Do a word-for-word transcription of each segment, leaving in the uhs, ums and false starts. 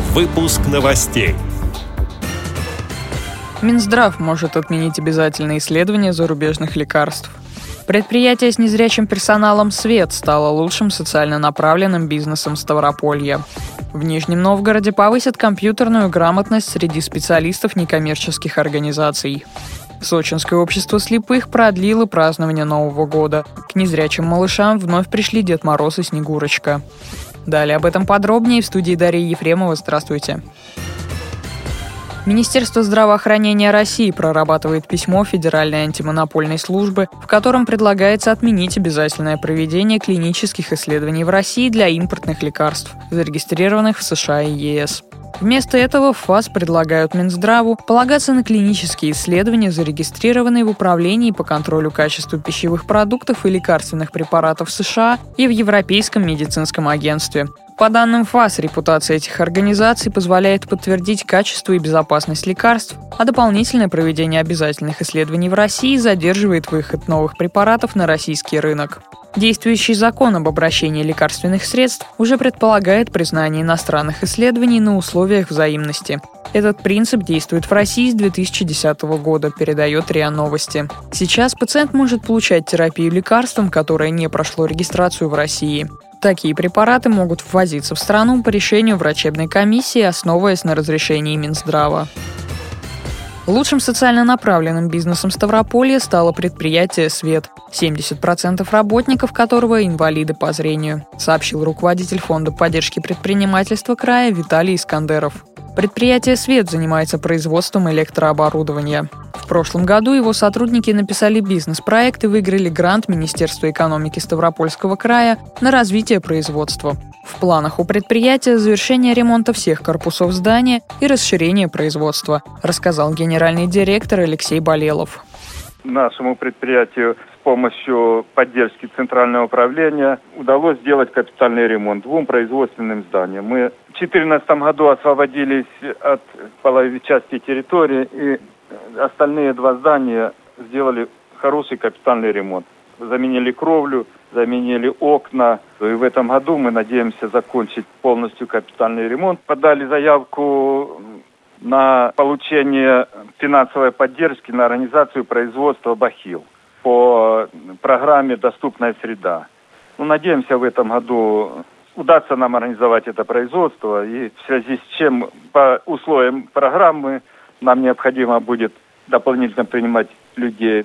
Выпуск новостей. Минздрав может отменить обязательные исследования зарубежных лекарств. Предприятие с незрячим персоналом «Свет» стало лучшим социально направленным бизнесом Ставрополья. В Нижнем Новгороде повысят компьютерную грамотность среди специалистов некоммерческих организаций. Сочинское общество слепых продлило празднование Нового года. К незрячим малышам вновь пришли Дед Мороз и Снегурочка. Далее об этом подробнее в студии Дарьи Ефремова. Здравствуйте. Министерство здравоохранения России прорабатывает письмо Федеральной антимонопольной службы, в котором предлагается отменить обязательное проведение клинических исследований в России для импортных лекарств, зарегистрированных в США и ЕС. Вместо этого в ФАС предлагают Минздраву полагаться на клинические исследования, зарегистрированные в Управлении по контролю качества пищевых продуктов и лекарственных препаратов США и в Европейском медицинском агентстве. По данным ФАС, репутация этих организаций позволяет подтвердить качество и безопасность лекарств, а дополнительное проведение обязательных исследований в России задерживает выход новых препаратов на российский рынок. Действующий закон об обращении лекарственных средств уже предполагает признание иностранных исследований на условиях взаимности. Этот принцип действует в России с две тысячи десятого года, передает РИА Новости. Сейчас пациент может получать терапию лекарством, которое не прошло регистрацию в России. Такие препараты могут ввозиться в страну по решению врачебной комиссии, основываясь на разрешении Минздрава. Лучшим социально направленным бизнесом Ставрополья стало предприятие «Свет», семьдесят процентов работников которого – инвалиды по зрению, сообщил руководитель Фонда поддержки предпринимательства края Виталий Искандеров. Предприятие «Свет» занимается производством электрооборудования. В прошлом году его сотрудники написали бизнес-проект и выиграли грант Министерства экономики Ставропольского края на развитие производства. В планах у предприятия завершение ремонта всех корпусов здания и расширение производства, рассказал генеральный директор Алексей Болелов. Нашему предприятию с помощью поддержки Центрального управления удалось сделать капитальный ремонт двум производственным зданиям. Мы в две тысячи четырнадцатом году освободились от половой части территории, и остальные два здания сделали хороший капитальный ремонт. Заменили кровлю, заменили окна. И в этом году мы надеемся закончить полностью капитальный ремонт. Подали заявку на получение финансовой поддержки на организацию производства «Бахил» по программе «Доступная среда». Ну, надеемся, в этом году удастся нам организовать это производство, и в связи с чем по условиям программы нам необходимо будет дополнительно принимать людей.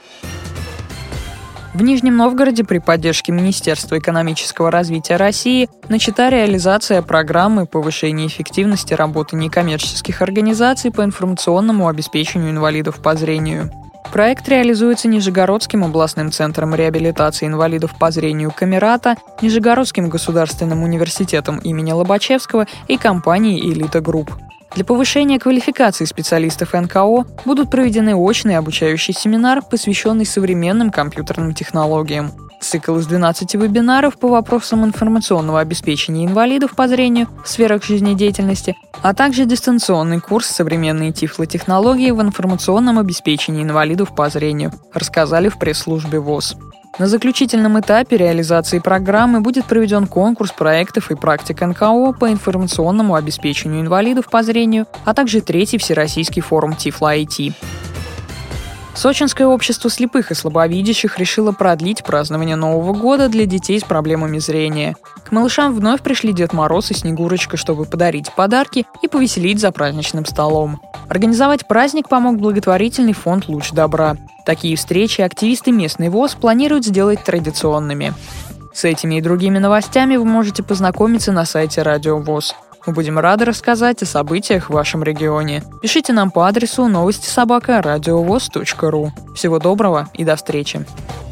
В Нижнем Новгороде при поддержке Министерства экономического развития России начата реализация программы повышения эффективности работы некоммерческих организаций по информационному обеспечению инвалидов по зрению. Проект реализуется Нижегородским областным центром реабилитации инвалидов по зрению «Камерата», Нижегородским государственным университетом имени Лобачевского и компанией «Элита Групп». Для повышения квалификации специалистов эн ка о будут проведены очный обучающий семинар, посвященный современным компьютерным технологиям. Цикл из двенадцати вебинаров по вопросам информационного обеспечения инвалидов по зрению в сферах жизнедеятельности, а также дистанционный курс «Современные тифлотехнологии в информационном обеспечении инвалидов по зрению», рассказали в пресс-службе ВОС. На заключительном этапе реализации программы будет проведен конкурс проектов и практик эн ка о по информационному обеспечению инвалидов по зрению, а также третий Всероссийский форум Тифло-ай ти. Сочинское общество слепых и слабовидящих решило продлить празднование Нового года для детей с проблемами зрения. К малышам вновь пришли Дед Мороз и Снегурочка, чтобы подарить подарки и повеселить за праздничным столом. Организовать праздник помог благотворительный фонд «Луч добра». Такие встречи активисты местной ВОС планируют сделать традиционными. С этими и другими новостями вы можете познакомиться на сайте Радио ВОС. Мы будем рады рассказать о событиях в вашем регионе. Пишите нам по адресу новости собака радиовос точка ру. Всего доброго и до встречи!